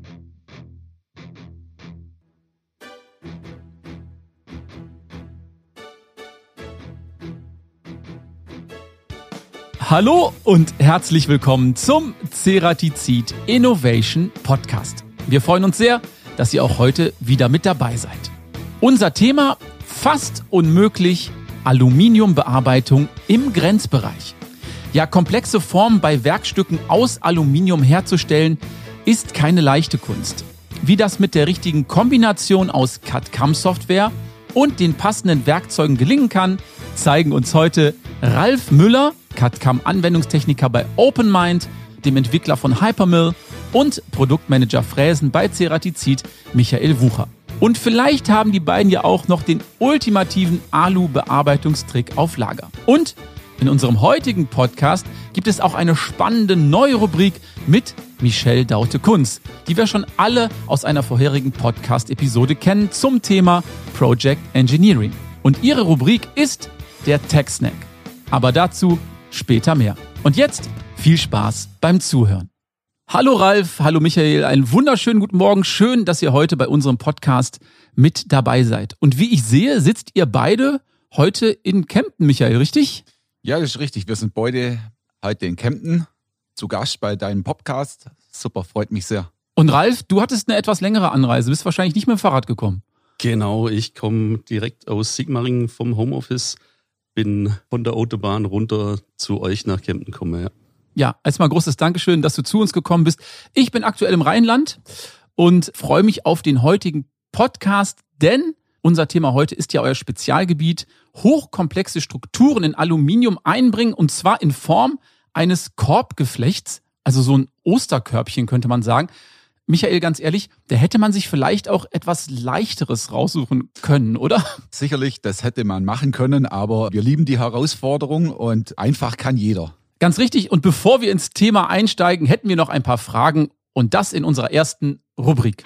Hallo und herzlich willkommen zum Ceratizid Innovation Podcast. Wir freuen uns sehr, dass ihr auch heute wieder mit dabei seid. Unser Thema: fast unmöglich Aluminiumbearbeitung im Grenzbereich. Ja, komplexe Formen bei Werkstücken aus Aluminium herzustellen, ist keine leichte Kunst. Wie das mit der richtigen Kombination aus CAD/CAM-Software und den passenden Werkzeugen gelingen kann, zeigen uns heute Ralf Müller, CAD/CAM-Anwendungstechniker bei OpenMind, dem Entwickler von Hypermill und Produktmanager Fräsen bei Ceratizid, Michael Wucher. Und vielleicht haben die beiden ja auch noch den ultimativen Alu-Bearbeitungstrick auf Lager. Und in unserem heutigen Podcast gibt es auch eine spannende neue Rubrik mit Michelle Daute-Kunz, die wir schon alle aus einer vorherigen Podcast-Episode kennen zum Thema Project Engineering. Und ihre Rubrik ist der Tech-Snack. Aber dazu später mehr. Und jetzt viel Spaß beim Zuhören. Hallo Ralf, hallo Michael, einen wunderschönen guten Morgen. Schön, dass ihr heute bei unserem Podcast mit dabei seid. Und wie ich sehe, sitzt ihr beide heute in Kempten, Michael, richtig? Ja, das ist richtig. Wir sind beide heute in Kempten zu Gast bei deinem Podcast. Super, freut mich sehr. Und Ralf, du hattest eine etwas längere Anreise, bist wahrscheinlich nicht mit dem Fahrrad gekommen. Genau, ich komme direkt aus Sigmaringen vom Homeoffice, bin von der Autobahn runter zu euch nach Kempten gekommen. Ja. Ja, erstmal großes Dankeschön, dass du zu uns gekommen bist. Ich bin aktuell im Rheinland und freue mich auf den heutigen Podcast, denn unser Thema heute ist ja euer Spezialgebiet: hochkomplexe Strukturen in Aluminium einbringen, und zwar in Form eines Korbgeflechts, also so ein Osterkörbchen könnte man sagen. Michael, ganz ehrlich, da hätte man sich vielleicht auch etwas Leichteres raussuchen können, oder? Sicherlich, das hätte man machen können, aber wir lieben die Herausforderung und einfach kann jeder. Ganz richtig. Und bevor wir ins Thema einsteigen, hätten wir noch ein paar Fragen, und das in unserer ersten Rubrik.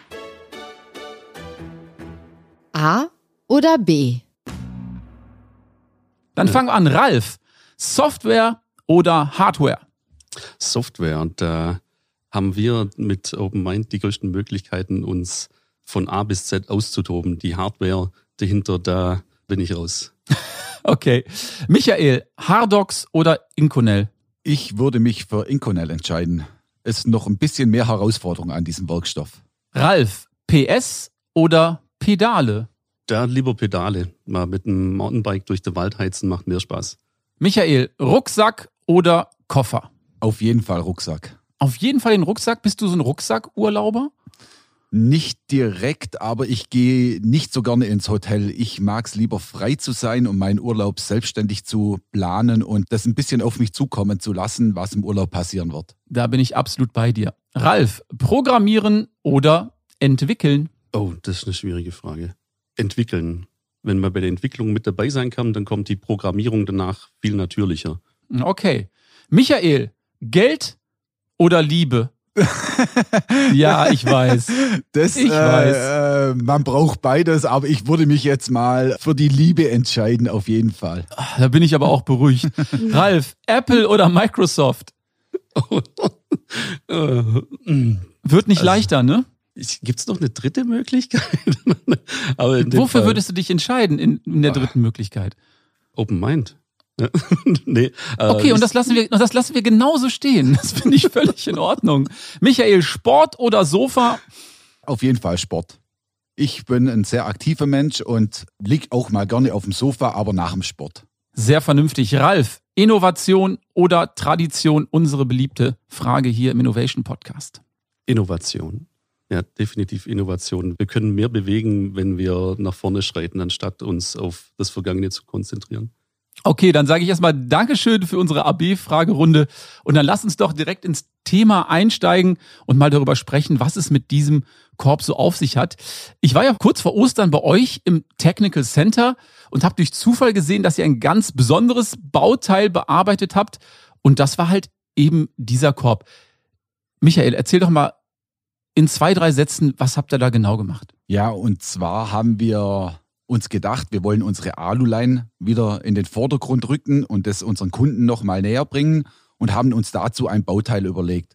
A oder B? Dann fangen wir an. Ralf, Software oder Hardware? Software, und da haben wir mit OpenMind die größten Möglichkeiten, uns von A bis Z auszutoben. Die Hardware dahinter, da bin ich raus. Okay. Michael, Hardox oder Inconel? Ich würde mich für Inconel entscheiden. Es ist noch ein bisschen mehr Herausforderung an diesem Werkstoff. Ralf, PS oder Pedale? Da lieber Pedale. Mal mit einem Mountainbike durch den Wald heizen macht mehr Spaß. Michael, Rucksack oder Koffer? Auf jeden Fall Rucksack. Auf jeden Fall den Rucksack. Bist du so ein Rucksackurlauber? Nicht direkt, aber ich gehe nicht so gerne ins Hotel. Ich mag es lieber, frei zu sein und meinen Urlaub selbstständig zu planen und das ein bisschen auf mich zukommen zu lassen, was im Urlaub passieren wird. Da bin ich absolut bei dir. Ralf, programmieren oder entwickeln? Oh, das ist eine schwierige Frage. Entwickeln. Wenn man bei der Entwicklung mit dabei sein kann, dann kommt die Programmierung danach viel natürlicher. Okay. Michael, Geld oder Liebe? Ja, ich weiß. Ich weiß. Man braucht beides, aber ich würde mich jetzt mal für die Liebe entscheiden, auf jeden Fall. Da bin ich aber auch beruhigt. Ralf, Apple oder Microsoft? Wird nicht leichter, ne? Gibt es noch eine dritte Möglichkeit? Aber wofür würdest du dich entscheiden in der dritten Möglichkeit? OpenMind. Nee, okay, und das lassen wir genauso stehen. Das finde ich völlig in Ordnung. Michael, Sport oder Sofa? Auf jeden Fall Sport. Ich bin ein sehr aktiver Mensch und liege auch mal gerne auf dem Sofa, aber nach dem Sport. Sehr vernünftig. Ralf, Innovation oder Tradition? Unsere beliebte Frage hier im Innovation Podcast. Innovation. Ja, definitiv Innovation. Wir können mehr bewegen, wenn wir nach vorne schreiten, anstatt uns auf das Vergangene zu konzentrieren. Okay, dann sage ich erstmal Dankeschön für unsere AB-Fragerunde und dann lass uns doch direkt ins Thema einsteigen und mal darüber sprechen, was es mit diesem Korb so auf sich hat. Ich war ja kurz vor Ostern bei euch im Technical Center und habe durch Zufall gesehen, dass ihr ein ganz besonderes Bauteil bearbeitet habt, und das war halt eben dieser Korb. Michael, erzähl doch mal in 2, 3 Sätzen, was habt ihr da genau gemacht? Ja, und zwar haben wir uns gedacht, wir wollen unsere Aluline wieder in den Vordergrund rücken und das unseren Kunden noch mal näher bringen und haben uns dazu ein Bauteil überlegt.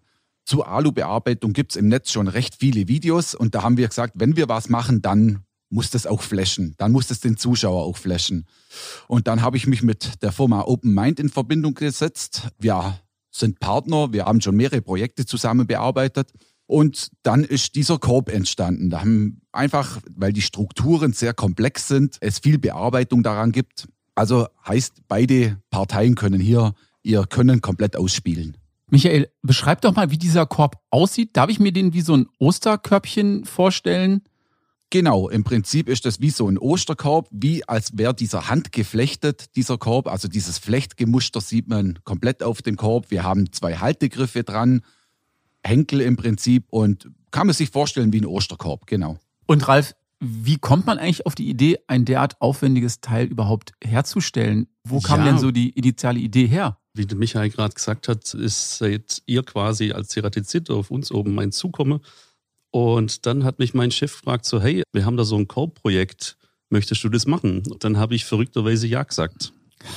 Zur Alubearbeitung gibt es im Netz schon recht viele Videos und da haben wir gesagt, wenn wir was machen, dann muss das auch flashen. Dann muss das den Zuschauer auch flashen. Und dann habe ich mich mit der Firma Open Mind in Verbindung gesetzt. Wir sind Partner, wir haben schon mehrere Projekte zusammen bearbeitet. Und dann ist dieser Korb entstanden. Da haben einfach, weil die Strukturen sehr komplex sind, es viel Bearbeitung daran gibt. Also heißt, beide Parteien können hier ihr Können komplett ausspielen. Michael, beschreib doch mal, wie dieser Korb aussieht. Darf ich mir den wie so ein Osterkörbchen vorstellen? Genau, im Prinzip ist das wie so ein Osterkorb, wie als wäre dieser handgeflechtet, dieser Korb. Also dieses Flechtgemuster sieht man komplett auf dem Korb. Wir haben 2 Haltegriffe dran, Henkel im Prinzip und kann man sich vorstellen wie ein Osterkorb, genau. Und Ralf, wie kommt man eigentlich auf die Idee, ein derart aufwendiges Teil überhaupt herzustellen? Wo kam denn so die initiale Idee her? Wie der Michael gerade gesagt hat, ist seid ihr quasi als Ceratizid auf uns Open Mind zukomme. Und dann hat mich mein Chef gefragt, so hey, wir haben da so ein Korbprojekt, möchtest du das machen? Und dann habe ich verrückterweise ja gesagt.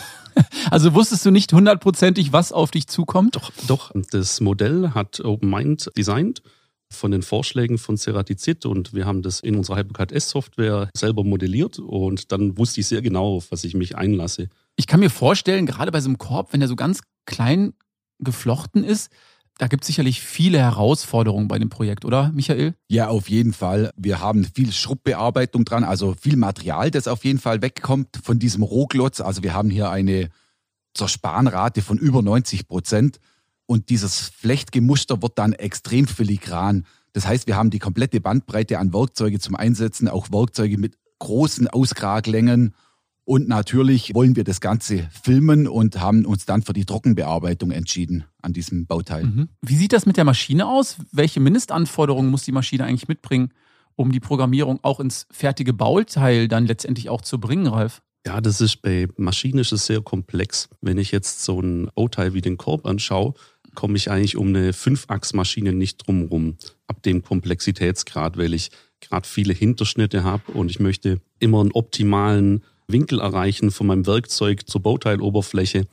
Also wusstest du nicht 100%, was auf dich zukommt? Doch. Das Modell hat Open Mind designt von den Vorschlägen von Ceratizid und wir haben das in unserer Hypercad S-Software selber modelliert und dann wusste ich sehr genau, auf was ich mich einlasse. Ich kann mir vorstellen, gerade bei so einem Korb, wenn der so ganz klein geflochten ist, da gibt es sicherlich viele Herausforderungen bei dem Projekt, oder Michael? Ja, auf jeden Fall. Wir haben viel Schrubbbearbeitung dran, also viel Material, das auf jeden Fall wegkommt von diesem Rohklotz. Also wir haben hier eine Zerspanrate von über 90%. Und dieses Flechtgemuster wird dann extrem filigran. Das heißt, wir haben die komplette Bandbreite an Werkzeuge zum Einsetzen, auch Werkzeuge mit großen Auskraglängen. Und natürlich wollen wir das Ganze filmen und haben uns dann für die Trockenbearbeitung entschieden an diesem Bauteil. Mhm. Wie sieht das mit der Maschine aus? Welche Mindestanforderungen muss die Maschine eigentlich mitbringen, um die Programmierung auch ins fertige Bauteil dann letztendlich auch zu bringen, Ralf? Ja, das ist bei Maschinen ist es sehr komplex. Wenn ich jetzt so ein Bauteil wie den Korb anschaue, komme ich eigentlich um eine 5-Achs-Maschine nicht drumherum, ab dem Komplexitätsgrad, weil ich gerade viele Hinterschnitte habe und ich möchte immer einen optimalen Winkel erreichen von meinem Werkzeug zur Bauteiloberfläche.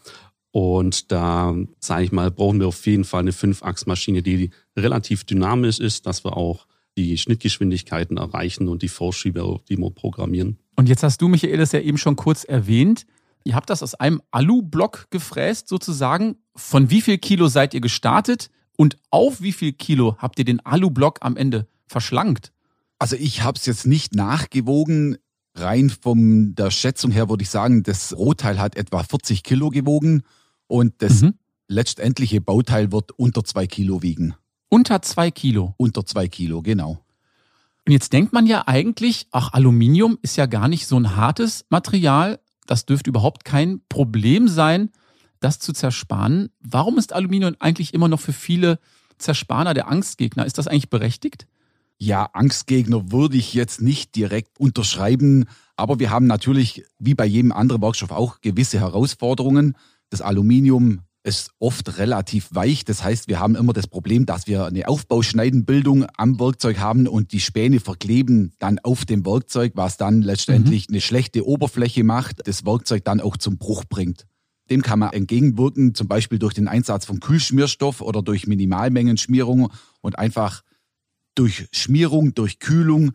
Und da, sage ich mal, brauchen wir auf jeden Fall eine 5-Achs-Maschine, die relativ dynamisch ist, dass wir auch die Schnittgeschwindigkeiten erreichen und die Vorschübe, die wir programmieren. Und jetzt hast du, Michael, das ja eben schon kurz erwähnt. Ihr habt das aus einem Alu-Block gefräst sozusagen. Von wie viel Kilo seid ihr gestartet und auf wie viel Kilo habt ihr den Alu-Block am Ende verschlankt? Also ich habe es jetzt nicht nachgewogen. Rein von der Schätzung her würde ich sagen, das Rohteil hat etwa 40 Kilo gewogen und das letztendliche Bauteil wird unter 2 Kilo wiegen. Unter 2 Kilo? Unter 2 Kilo, genau. Und jetzt denkt man ja eigentlich, ach, Aluminium ist ja gar nicht so ein hartes Material. Das dürfte überhaupt kein Problem sein, das zu zerspanen. Warum ist Aluminium eigentlich immer noch für viele Zerspaner der Angstgegner? Ist das eigentlich berechtigt? Ja, Angstgegner würde ich jetzt nicht direkt unterschreiben, aber wir haben natürlich, wie bei jedem anderen Werkstoff, auch gewisse Herausforderungen. Das Aluminium ist oft relativ weich, das heißt, wir haben immer das Problem, dass wir eine Aufbauschneidenbildung am Werkzeug haben und die Späne verkleben dann auf dem Werkzeug, was dann letztendlich eine schlechte Oberfläche macht, das Werkzeug dann auch zum Bruch bringt. Dem kann man entgegenwirken, zum Beispiel durch den Einsatz von Kühlschmierstoff oder durch Minimalmengenschmierung und einfach durch Schmierung, durch Kühlung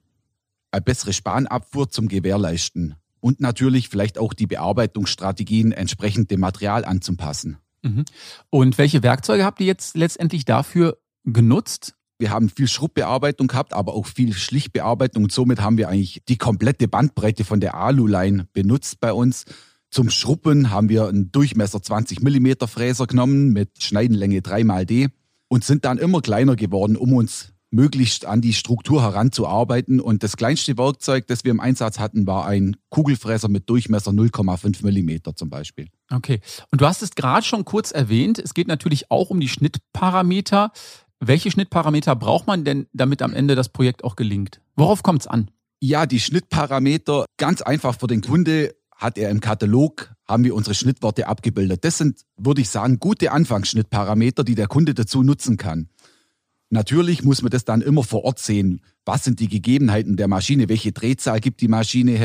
eine bessere Spanabfuhr zum Gewährleisten. Und natürlich vielleicht auch die Bearbeitungsstrategien entsprechend dem Material anzupassen. Und welche Werkzeuge habt ihr jetzt letztendlich dafür genutzt? Wir haben viel Schrubbbearbeitung gehabt, aber auch viel Schlichtbearbeitung. Und somit haben wir eigentlich die komplette Bandbreite von der Alu-Line benutzt bei uns. Zum Schrubben haben wir einen Durchmesser 20 mm Fräser genommen mit Schneidenlänge 3x D und sind dann immer kleiner geworden, um uns möglichst an die Struktur heranzuarbeiten. Und das kleinste Werkzeug, das wir im Einsatz hatten, war ein Kugelfräser mit Durchmesser 0,5 mm zum Beispiel. Okay. Und du hast es gerade schon kurz erwähnt, es geht natürlich auch um die Schnittparameter. Welche Schnittparameter braucht man denn, damit am Ende das Projekt auch gelingt? Worauf kommt es an? Ja, die Schnittparameter, ganz einfach für den Kunde, hat er im Katalog, haben wir unsere Schnittwerte abgebildet. Das sind, würde ich sagen, gute Anfangsschnittparameter, die der Kunde dazu nutzen kann. Natürlich muss man das dann immer vor Ort sehen. Was sind die Gegebenheiten der Maschine? Welche Drehzahl gibt die Maschine her?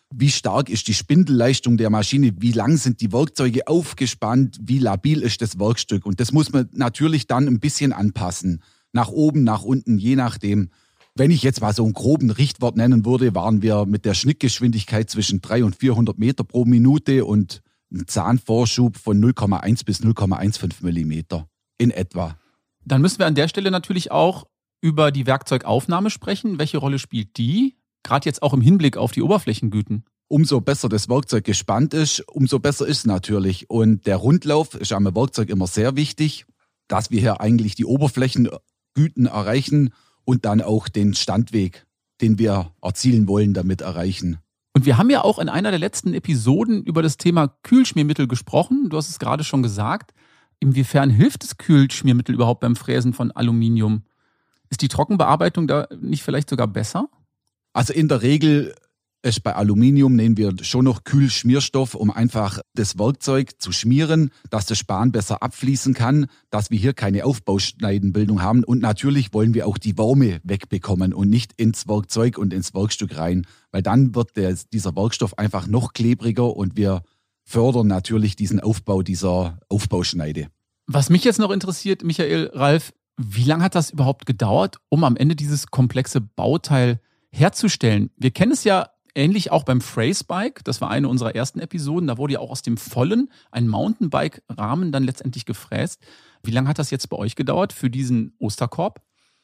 wie stark ist die Spindelleistung der Maschine, wie lang sind die Werkzeuge aufgespannt, wie labil ist das Werkstück. Und das muss man natürlich dann ein bisschen anpassen. Nach oben, nach unten, je nachdem. Wenn ich jetzt mal so einen groben Richtwert nennen würde, waren wir mit der Schnittgeschwindigkeit zwischen 300 und 400 Meter pro Minute und ein Zahnvorschub von 0,1 bis 0,15 Millimeter in etwa. Dann müssen wir an der Stelle natürlich auch über die Werkzeugaufnahme sprechen. Welche Rolle spielt die? Gerade jetzt auch im Hinblick auf die Oberflächengüten. Umso besser das Werkzeug gespannt ist, umso besser ist es natürlich. Und der Rundlauf ist am Werkzeug immer sehr wichtig, dass wir hier eigentlich die Oberflächengüten erreichen und dann auch den Standweg, den wir erzielen wollen, damit erreichen. Und wir haben ja auch in einer der letzten Episoden über das Thema Kühlschmiermittel gesprochen. Du hast es gerade schon gesagt. Inwiefern hilft das Kühlschmiermittel überhaupt beim Fräsen von Aluminium? Ist die Trockenbearbeitung da nicht vielleicht sogar besser? Also in der Regel ist bei Aluminium nehmen wir schon noch Kühlschmierstoff, um einfach das Werkzeug zu schmieren, dass der Span besser abfließen kann, dass wir hier keine Aufbauschneidenbildung haben. Und natürlich wollen wir auch die Wärme wegbekommen und nicht ins Werkzeug und ins Werkstück rein, weil dann wird dieser Werkstoff einfach noch klebriger und wir fördern natürlich diesen Aufbau dieser Aufbauschneide. Was mich jetzt noch interessiert, Michael, Ralf, wie lange hat das überhaupt gedauert, um am Ende dieses komplexe Bauteil herzustellen? Wir kennen es ja ähnlich auch beim Phrase-Bike. Das war eine unserer ersten Episoden. Da wurde ja auch aus dem Vollen ein Mountainbike-Rahmen dann letztendlich gefräst. Wie lange hat das jetzt bei euch gedauert für diesen Osterkorb?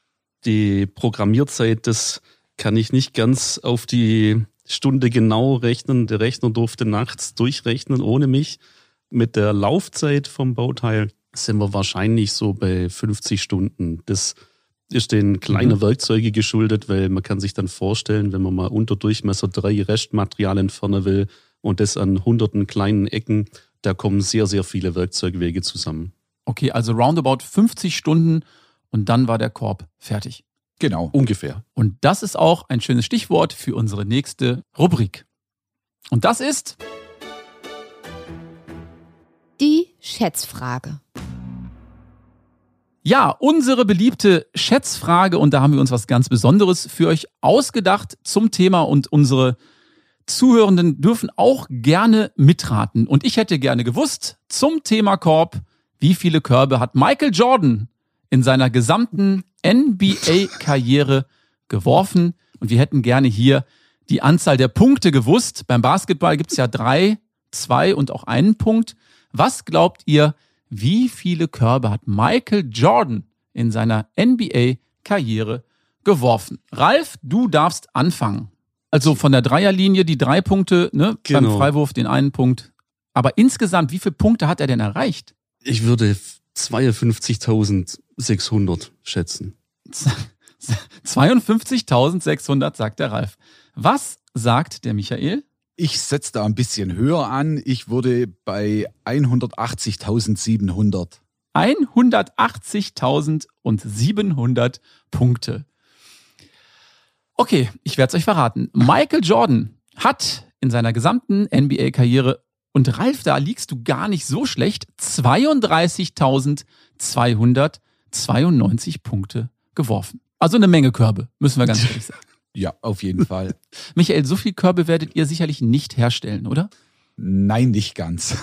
Die Programmierzeit, das kann ich nicht ganz auf die Stunde genau rechnen. Der Rechner durfte nachts durchrechnen ohne mich. Mit der Laufzeit vom Bauteil sind wir wahrscheinlich so bei 50 Stunden. Das ist den kleinen Werkzeuge geschuldet, weil man kann sich dann vorstellen, wenn man mal unter Durchmesser 3 Restmaterial entfernen will und das an hunderten kleinen Ecken, da kommen sehr, sehr viele Werkzeugwege zusammen. Okay, also roundabout 50 Stunden und dann war der Korb fertig. Genau. Ungefähr. Und das ist auch ein schönes Stichwort für unsere nächste Rubrik. Und das ist Die Schätzfrage. Ja, unsere beliebte Schätzfrage, und da haben wir uns was ganz Besonderes für euch ausgedacht zum Thema und unsere Zuhörenden dürfen auch gerne mitraten. Und ich hätte gerne gewusst zum Thema Korb, wie viele Körbe hat Michael Jordan in seiner gesamten NBA-Karriere geworfen? Und wir hätten gerne hier die Anzahl der Punkte gewusst. Beim Basketball gibt es ja 3, 2 und auch einen Punkt. Was glaubt ihr, wie viele Körbe hat Michael Jordan in seiner NBA-Karriere geworfen? Ralf, du darfst anfangen. Also von der Dreierlinie die 3 Punkte, ne? Genau. Beim Freiwurf den einen Punkt. Aber insgesamt, wie viele Punkte hat er denn erreicht? Ich würde 52.600 schätzen. 52.600, sagt der Ralf. Was sagt der Michael? Ich setze da ein bisschen höher an. Ich würde bei 180.700. 180.700 Punkte. Okay, ich werde es euch verraten. Michael Jordan hat in seiner gesamten NBA-Karriere, und Ralf, da liegst du gar nicht so schlecht, 32.292 Punkte geworfen. Also eine Menge Körbe, müssen wir ganz ehrlich sagen. Ja, auf jeden Fall. Michael, so viel Körbe werdet ihr sicherlich nicht herstellen, oder? Nein, nicht ganz.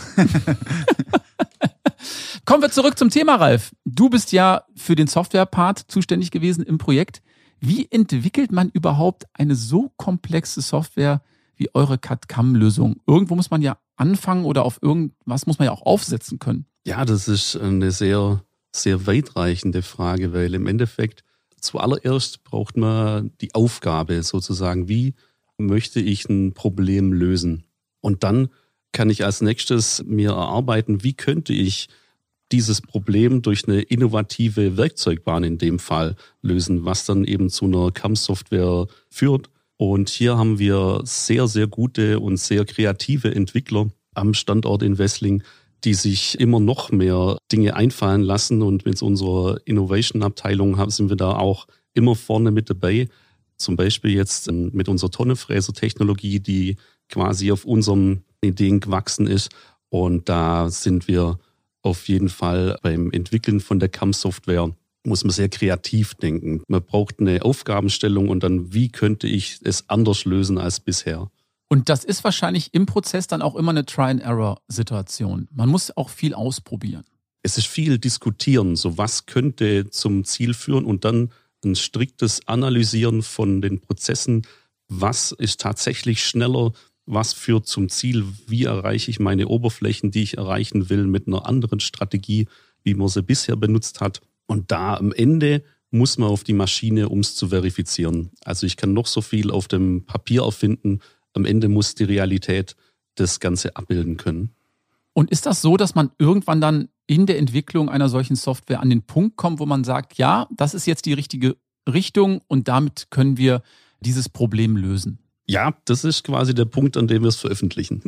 Kommen wir zurück zum Thema, Ralf. Du bist ja für den Software-Part zuständig gewesen im Projekt. Wie entwickelt man überhaupt eine so komplexe Software wie eure CAD-CAM-Lösung? Irgendwo muss man ja anfangen oder auf irgendwas muss man ja auch aufsetzen können. Ja, das ist eine sehr, sehr weitreichende Frage, weil im Endeffekt zuallererst braucht man die Aufgabe sozusagen, wie möchte ich ein Problem lösen? Und dann kann ich als nächstes mir erarbeiten, wie könnte ich dieses Problem durch eine innovative Werkzeugbahn in dem Fall lösen, was dann eben zu einer CAM-Software führt. Und hier haben wir sehr, sehr gute und sehr kreative Entwickler am Standort in Wessling, die sich immer noch mehr Dinge einfallen lassen. Und mit unserer Innovation-Abteilung sind wir da auch immer vorne mit dabei. Zum Beispiel jetzt mit unserer Tonnenfräser-Technologie, die quasi auf unseren Ideen gewachsen ist. Und da sind wir auf jeden Fall beim Entwickeln von der CAM-Software, muss man sehr kreativ denken. Man braucht eine Aufgabenstellung und dann, wie könnte ich es anders lösen als bisher? Und das ist wahrscheinlich im Prozess dann auch immer eine Try-and-Error-Situation. Man muss auch viel ausprobieren. Es ist viel diskutieren, so was könnte zum Ziel führen und dann ein striktes Analysieren von den Prozessen, was ist tatsächlich schneller, was führt zum Ziel, wie erreiche ich meine Oberflächen, die ich erreichen will, mit einer anderen Strategie, wie man sie bisher benutzt hat. Und da am Ende muss man auf die Maschine, um es zu verifizieren. Also ich kann noch so viel auf dem Papier erfinden, am Ende muss die Realität das Ganze abbilden können. Und ist das so, dass man irgendwann dann in der Entwicklung einer solchen Software an den Punkt kommt, wo man sagt, ja, das ist jetzt die richtige Richtung und damit können wir dieses Problem lösen? Ja, das ist quasi der Punkt, an dem wir es veröffentlichen.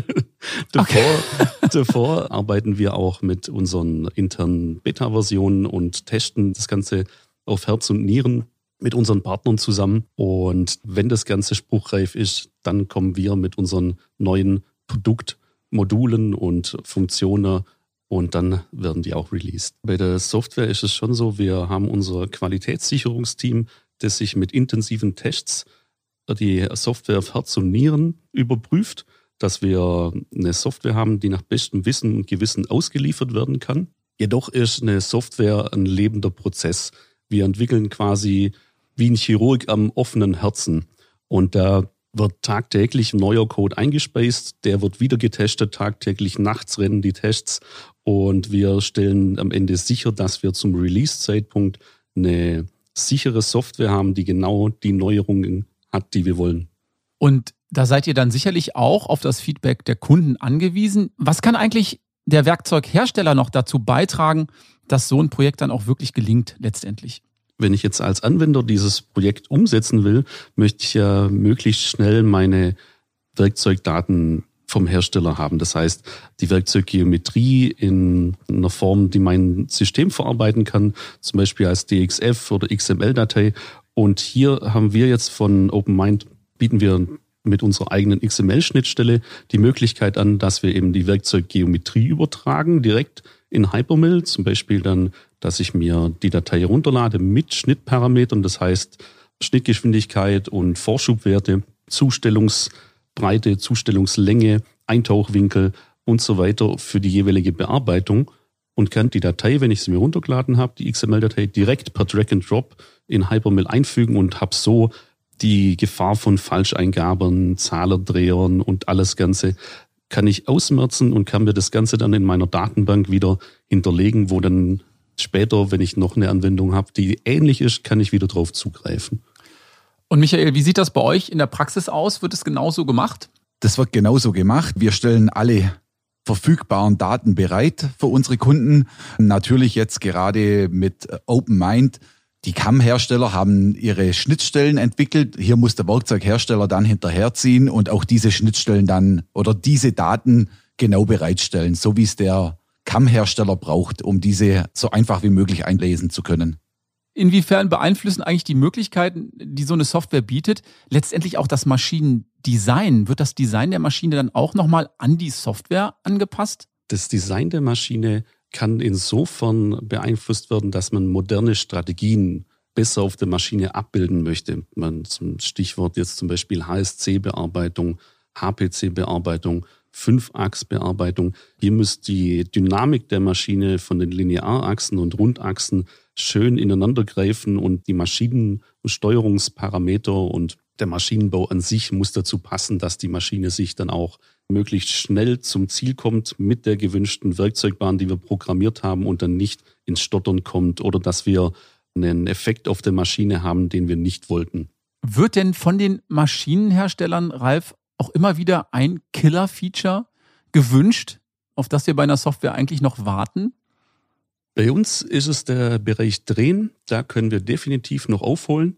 Davor arbeiten wir auch mit unseren internen Beta-Versionen und testen das Ganze auf Herz und Nieren mit unseren Partnern zusammen. Und wenn das Ganze spruchreif ist, dann kommen wir mit unseren neuen Produktmodulen und Funktionen und dann werden die auch released. Bei der Software ist es schon so, wir haben unser Qualitätssicherungsteam, das sich mit intensiven Tests die Software auf Herz und Nieren überprüft, dass wir eine Software haben, die nach bestem Wissen und Gewissen ausgeliefert werden kann. Jedoch ist eine Software ein lebender Prozess. Wir entwickeln quasi wie ein Chirurg am offenen Herzen. Und da wird tagtäglich neuer Code eingespeist, der wird wieder getestet, tagtäglich nachts rennen die Tests und wir stellen am Ende sicher, dass wir zum Release-Zeitpunkt eine sichere Software haben, die genau die Neuerungen hat, die wir wollen. Und da seid ihr dann sicherlich auch auf das Feedback der Kunden angewiesen. Was kann eigentlich der Werkzeughersteller noch dazu beitragen, dass so ein Projekt dann auch wirklich gelingt letztendlich? Wenn ich jetzt als Anwender dieses Projekt umsetzen will, möchte ich ja möglichst schnell meine Werkzeugdaten vom Hersteller haben. Das heißt, die Werkzeuggeometrie in einer Form, die mein System verarbeiten kann, zum Beispiel als DXF oder XML-Datei. Und hier haben wir jetzt von OpenMind, bieten wir mit unserer eigenen XML-Schnittstelle die Möglichkeit an, dass wir eben die Werkzeuggeometrie übertragen, direkt in Hypermill, zum Beispiel dann, dass ich mir die Datei herunterlade mit Schnittparametern, das heißt Schnittgeschwindigkeit und Vorschubwerte, Zustellungsbreite, Zustellungslänge, Eintauchwinkel und so weiter für die jeweilige Bearbeitung und kann die Datei, wenn ich sie mir runtergeladen habe, die XML-Datei direkt per Drag and Drop in Hypermill einfügen und habe so die Gefahr von Falscheingaben, Zahlerdrehern und alles Ganze kann ich ausmerzen und kann mir das Ganze dann in meiner Datenbank wieder hinterlegen, wo dann später, wenn ich noch eine Anwendung habe, die ähnlich ist, kann ich wieder drauf zugreifen. Und Michael, wie sieht das bei euch in der Praxis aus? Wird es genauso gemacht? Das wird genauso gemacht. Wir stellen alle verfügbaren Daten bereit für unsere Kunden. Natürlich jetzt gerade mit OpenMind. Die CAM-Hersteller haben ihre Schnittstellen entwickelt. Hier muss der Werkzeughersteller dann hinterherziehen und auch diese Schnittstellen dann oder diese Daten genau bereitstellen, so wie es der CAM-Hersteller braucht, um diese so einfach wie möglich einlesen zu können. Inwiefern beeinflussen eigentlich die Möglichkeiten, die so eine Software bietet, letztendlich auch das Maschinendesign? Wird das Design der Maschine dann auch nochmal an die Software angepasst? Das Design der Maschine kann insofern beeinflusst werden, dass man moderne Strategien besser auf der Maschine abbilden möchte. Man zum Stichwort jetzt zum Beispiel HSC-Bearbeitung, HPC-Bearbeitung, 5-Achs-Bearbeitung. Hier muss die Dynamik der Maschine von den Linearachsen und Rundachsen schön ineinander greifen und die Maschinensteuerungsparameter und der Maschinenbau an sich muss dazu passen, dass die Maschine sich dann auch möglichst schnell zum Ziel kommt mit der gewünschten Werkzeugbahn, die wir programmiert haben und dann nicht ins Stottern kommt oder dass wir einen Effekt auf der Maschine haben, den wir nicht wollten. Wird denn von den Maschinenherstellern, Ralf, auch immer wieder ein Killer-Feature gewünscht, auf das wir bei einer Software eigentlich noch warten? Bei uns ist es der Bereich Drehen, da können wir definitiv noch aufholen.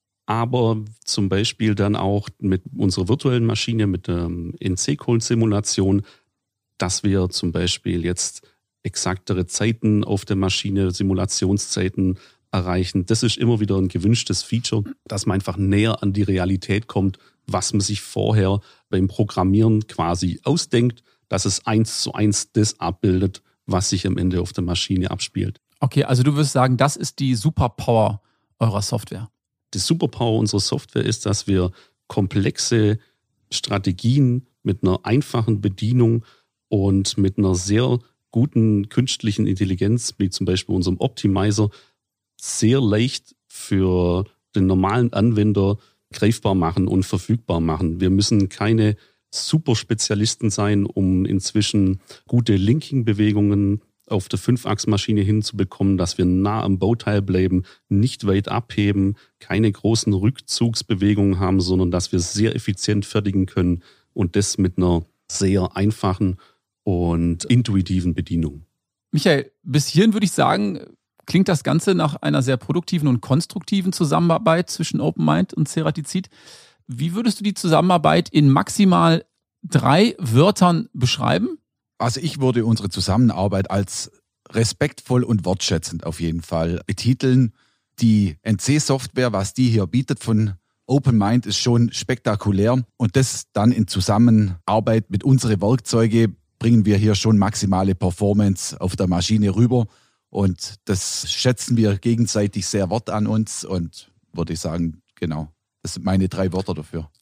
Aber zum Beispiel dann auch mit unserer virtuellen Maschine, mit der NC-Kohlen-Simulation, dass wir zum Beispiel jetzt exaktere Zeiten auf der Maschine, Simulationszeiten erreichen. Das ist immer wieder ein gewünschtes Feature, dass man einfach näher an die Realität kommt, was man sich vorher beim Programmieren quasi ausdenkt, dass es 1:1 das abbildet, was sich am Ende auf der Maschine abspielt. Okay, also du wirst sagen, das ist die Superpower eurer Software. Die Superpower unserer Software ist, dass wir komplexe Strategien, mit einer einfachen Bedienung und mit einer sehr guten künstlichen Intelligenz, wie zum Beispiel unserem Optimizer, sehr leicht für den normalen Anwender greifbar machen und verfügbar machen. Wir müssen keine Superspezialisten sein, um inzwischen gute Linking-Bewegungen auf der 5-Achs-Maschine hinzubekommen, dass wir nah am Bauteil bleiben, nicht weit abheben, keine großen Rückzugsbewegungen haben, sondern dass wir sehr effizient fertigen können und das mit einer sehr einfachen und intuitiven Bedienung. Michael, bis hierhin würde ich sagen, klingt das Ganze nach einer sehr produktiven und konstruktiven Zusammenarbeit zwischen OpenMind und Ceratizid. Wie würdest du die Zusammenarbeit in maximal 3 Wörtern beschreiben? Also ich würde unsere Zusammenarbeit als respektvoll und wertschätzend auf jeden Fall betiteln. Die NC-Software, was die hier bietet von OpenMind, ist schon spektakulär. Und das dann in Zusammenarbeit mit unseren Werkzeugen bringen wir hier schon maximale Performance auf der Maschine rüber. Und das schätzen wir gegenseitig sehr wert an uns. Und würde ich sagen, genau, das sind meine 3 Wörter dafür.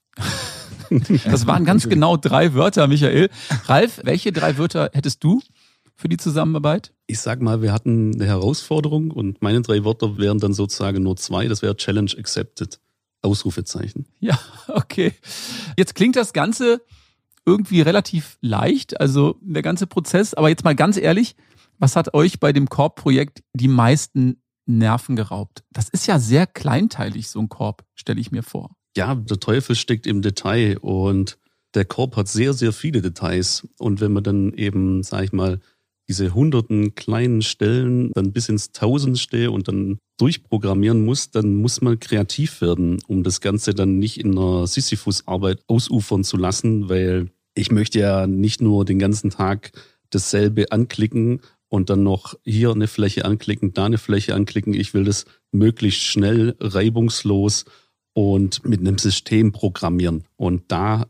Das waren ganz genau 3 Wörter, Michael. Ralf, welche 3 Wörter hättest du für die Zusammenarbeit? Ich sag mal, wir hatten eine Herausforderung und meine 3 Wörter wären dann sozusagen nur 2. Das wäre Challenge accepted. Ausrufezeichen. Ja, okay. Jetzt klingt das Ganze irgendwie relativ leicht, also der ganze Prozess. Aber jetzt mal ganz ehrlich, was hat euch bei dem Korb-Projekt die meisten Nerven geraubt? Das ist ja sehr kleinteilig, so ein Korb, stelle ich mir vor. Ja, der Teufel steckt im Detail und der Korb hat sehr, sehr viele Details. Und wenn man dann eben, sag ich mal, diese hunderten kleinen Stellen dann bis ins Tausendste und dann durchprogrammieren muss, dann muss man kreativ werden, um das Ganze dann nicht in einer Sisyphus-Arbeit ausufern zu lassen, weil ich möchte ja nicht nur den ganzen Tag dasselbe anklicken und dann noch hier eine Fläche anklicken, da eine Fläche anklicken. Ich will das möglichst schnell, reibungslos und mit einem System programmieren. Und da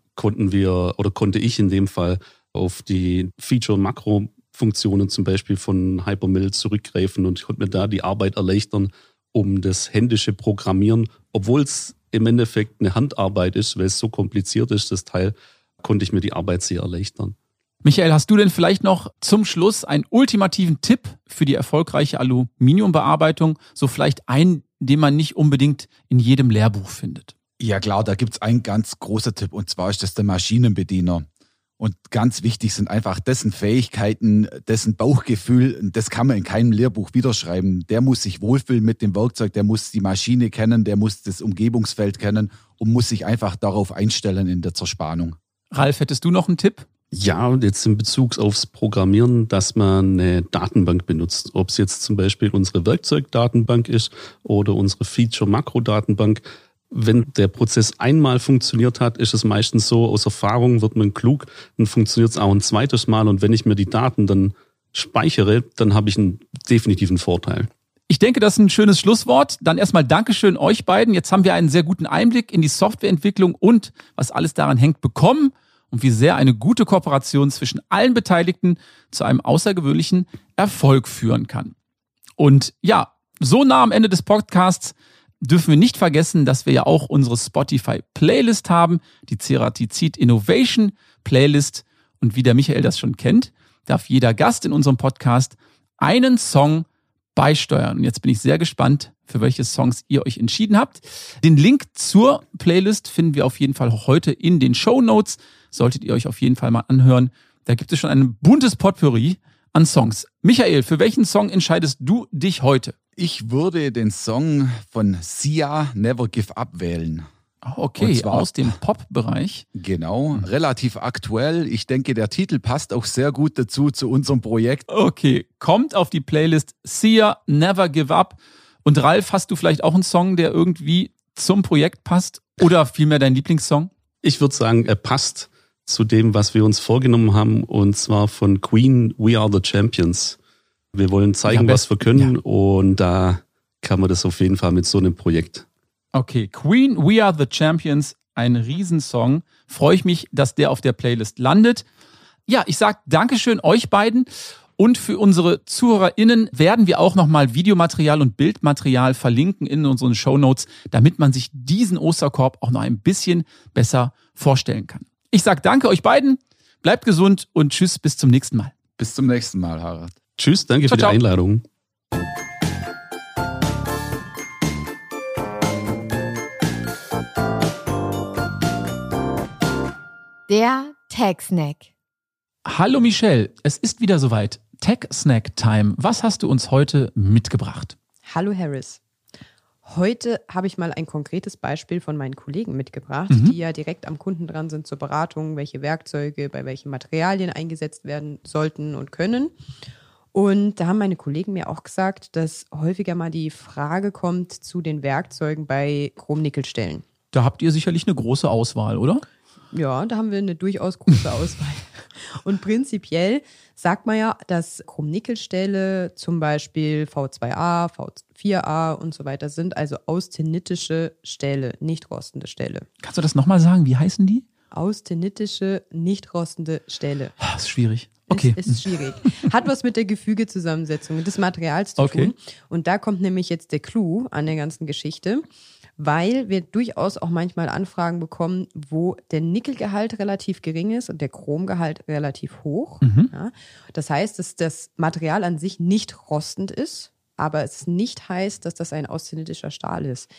konnte ich in dem Fall auf die Feature-Makro-Funktionen zum Beispiel von Hypermill zurückgreifen und ich konnte mir da die Arbeit erleichtern, um das händische Programmieren, obwohl es im Endeffekt eine Handarbeit ist, weil es so kompliziert ist, das Teil, konnte ich mir die Arbeit sehr erleichtern. Michael, hast du denn vielleicht noch zum Schluss einen ultimativen Tipp für die erfolgreiche Aluminiumbearbeitung? So vielleicht einen, den man nicht unbedingt in jedem Lehrbuch findet. Ja klar, da gibt es einen ganz großer Tipp und zwar ist das der Maschinenbediener. Und ganz wichtig sind einfach dessen Fähigkeiten, dessen Bauchgefühl, das kann man in keinem Lehrbuch widerschreiben. Der muss sich wohlfühlen mit dem Werkzeug, der muss die Maschine kennen, der muss das Umgebungsfeld kennen und muss sich einfach darauf einstellen in der Zerspannung. Ralf, hättest du noch einen Tipp? Ja, jetzt in Bezug aufs Programmieren, dass man eine Datenbank benutzt. Ob es jetzt zum Beispiel unsere Werkzeugdatenbank ist oder unsere Feature-Makro-Datenbank. Wenn der Prozess einmal funktioniert hat, ist es meistens so, aus Erfahrung wird man klug, dann funktioniert es auch ein zweites Mal und wenn ich mir die Daten dann speichere, dann habe ich einen definitiven Vorteil. Ich denke, das ist ein schönes Schlusswort. Dann erstmal Dankeschön euch beiden. Jetzt haben wir einen sehr guten Einblick in die Softwareentwicklung und was alles daran hängt bekommen und wie sehr eine gute Kooperation zwischen allen Beteiligten zu einem außergewöhnlichen Erfolg führen kann. Und ja, so nah am Ende des Podcasts dürfen wir nicht vergessen, dass wir ja auch unsere Spotify-Playlist haben, die Ceratizid Innovation Playlist. Und wie der Michael das schon kennt, darf jeder Gast in unserem Podcast einen Song beisteuern. Und jetzt bin ich sehr gespannt, für welche Songs ihr euch entschieden habt. Den Link zur Playlist finden wir auf jeden Fall heute in den Shownotes. Solltet ihr euch auf jeden Fall mal anhören. Da gibt es schon ein buntes Potpourri an Songs. Michael, für welchen Song entscheidest du dich heute? Ich würde den Song von Sia, Never Give Up, wählen. Okay, aus dem Pop-Bereich. Genau, relativ aktuell. Ich denke, der Titel passt auch sehr gut dazu, zu unserem Projekt. Okay, kommt auf die Playlist Sia, Never Give Up. Und Ralf, hast du vielleicht auch einen Song, der irgendwie zum Projekt passt? Oder vielmehr dein Lieblingssong? Ich würde sagen, er passt zu dem, was wir uns vorgenommen haben, und zwar von Queen, We Are the Champions. Wir wollen zeigen, was wir können, und da kann man das auf jeden Fall mit so einem Projekt. Okay, Queen, We Are the Champions, ein Riesensong. Freue ich mich, dass der auf der Playlist landet. Ja, ich sage Dankeschön euch beiden. Und für unsere ZuhörerInnen werden wir auch nochmal Videomaterial und Bildmaterial verlinken in unseren Shownotes, damit man sich diesen Osterkorb auch noch ein bisschen besser vorstellen kann. Ich sage danke euch beiden, bleibt gesund und tschüss, bis zum nächsten Mal. Bis zum nächsten Mal, Harald. Tschüss, danke Ciao, für die ciao. Einladung. Der Tech-Snack. Hallo Michelle, es ist wieder soweit. Tech-Snack-Time. Was hast du uns heute mitgebracht? Hallo Harris. Heute habe ich mal ein konkretes Beispiel von meinen Kollegen mitgebracht, die ja direkt am Kunden dran sind zur Beratung, welche Werkzeuge bei welchen Materialien eingesetzt werden sollten und können. Und da haben meine Kollegen mir auch gesagt, dass häufiger mal die Frage kommt zu den Werkzeugen bei Chrom-Nickel-Stellen. Da habt ihr sicherlich eine große Auswahl, oder? Ja, da haben wir eine durchaus große Auswahl. Und prinzipiell sagt man ja, dass Chrom-Nickel-Stähle, zum Beispiel V2A, V4A und so weiter sind, also austenitische Stähle, nicht rostende Stähle. Kannst du das nochmal sagen? Wie heißen die? Austenitische, nicht rostende Stähle. Das ist schwierig. Okay. Es ist schwierig. Hat was mit der Gefügezusammensetzung des Materials zu Okay. tun. Und da kommt nämlich jetzt der Clou an der ganzen Geschichte, weil wir durchaus auch manchmal Anfragen bekommen, wo der Nickelgehalt relativ gering ist und der Chromgehalt relativ hoch. Ja. Das heißt, dass das Material an sich nicht rostend ist, aber es nicht heißt, dass das ein austenitischer Stahl ist.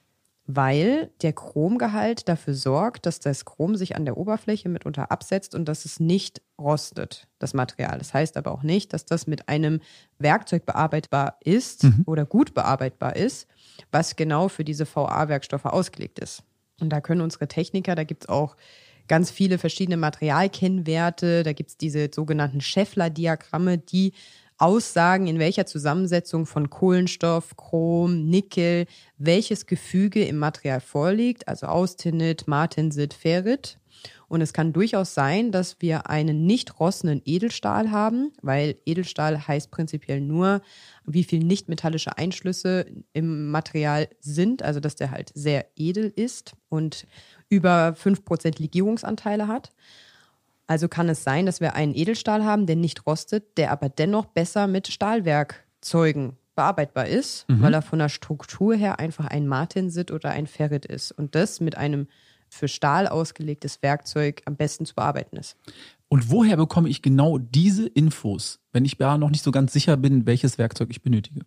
Weil der Chromgehalt dafür sorgt, dass das Chrom sich an der Oberfläche mitunter absetzt und dass es nicht rostet, das Material. Das heißt aber auch nicht, dass das mit einem Werkzeug bearbeitbar ist oder gut bearbeitbar ist, was genau für diese VA-Werkstoffe ausgelegt ist. Und da können unsere Techniker, da gibt es auch ganz viele verschiedene Materialkennwerte, da gibt es diese sogenannten Scheffler-Diagramme, die aussagen, in welcher Zusammensetzung von Kohlenstoff, Chrom, Nickel, welches Gefüge im Material vorliegt, also Austenit, Martensit, Ferrit. Und es kann durchaus sein, dass wir einen nicht rostenden Edelstahl haben, weil Edelstahl heißt prinzipiell nur, wie viel nichtmetallische Einschlüsse im Material sind, also dass der halt sehr edel ist und über 5% Legierungsanteile hat. Also kann es sein, dass wir einen Edelstahl haben, der nicht rostet, der aber dennoch besser mit Stahlwerkzeugen bearbeitbar ist, weil er von der Struktur her einfach ein Martensit oder ein Ferrit ist. Und das mit einem für Stahl ausgelegtes Werkzeug am besten zu bearbeiten ist. Und woher bekomme ich genau diese Infos, wenn ich da noch nicht so ganz sicher bin, welches Werkzeug ich benötige?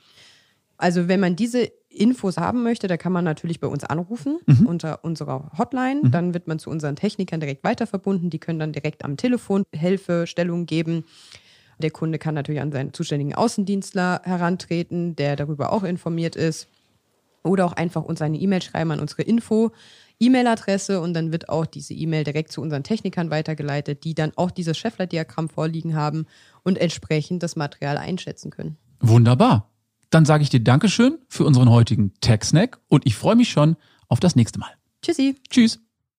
Also wenn man diese Infos haben möchte, da kann man natürlich bei uns anrufen unter unserer Hotline. Dann wird man zu unseren Technikern direkt weiterverbunden. Die können dann direkt am Telefon Hilfestellung geben. Der Kunde kann natürlich an seinen zuständigen Außendienstler herantreten, der darüber auch informiert ist. Oder auch einfach uns eine E-Mail schreiben an unsere E-Mail-Adresse und dann wird auch diese E-Mail direkt zu unseren Technikern weitergeleitet, die dann auch dieses Scheffler-Diagramm vorliegen haben und entsprechend das Material einschätzen können. Wunderbar. Dann sage ich dir Dankeschön für unseren heutigen Tech-Snack und ich freue mich schon auf das nächste Mal. Tschüssi. Tschüss.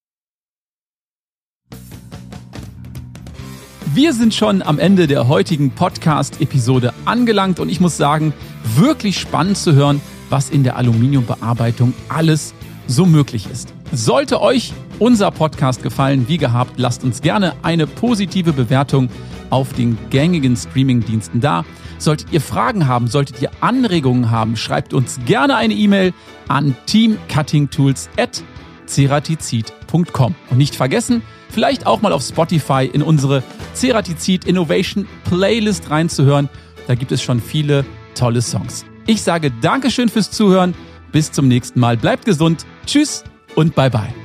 Wir sind schon am Ende der heutigen Podcast-Episode angelangt und ich muss sagen, wirklich spannend zu hören, was in der Aluminiumbearbeitung alles so möglich ist. Sollte euch unser Podcast gefallen, wie gehabt, lasst uns gerne eine positive Bewertung auf den gängigen Streaming-Diensten da. Solltet ihr Fragen haben, solltet ihr Anregungen haben, schreibt uns gerne eine E-Mail an teamcuttingtools@ceratizid.com. Und nicht vergessen, vielleicht auch mal auf Spotify in unsere Ceratizid Innovation Playlist reinzuhören. Da gibt es schon viele tolle Songs. Ich sage Dankeschön fürs Zuhören. Bis zum nächsten Mal. Bleibt gesund. Tschüss und bye bye.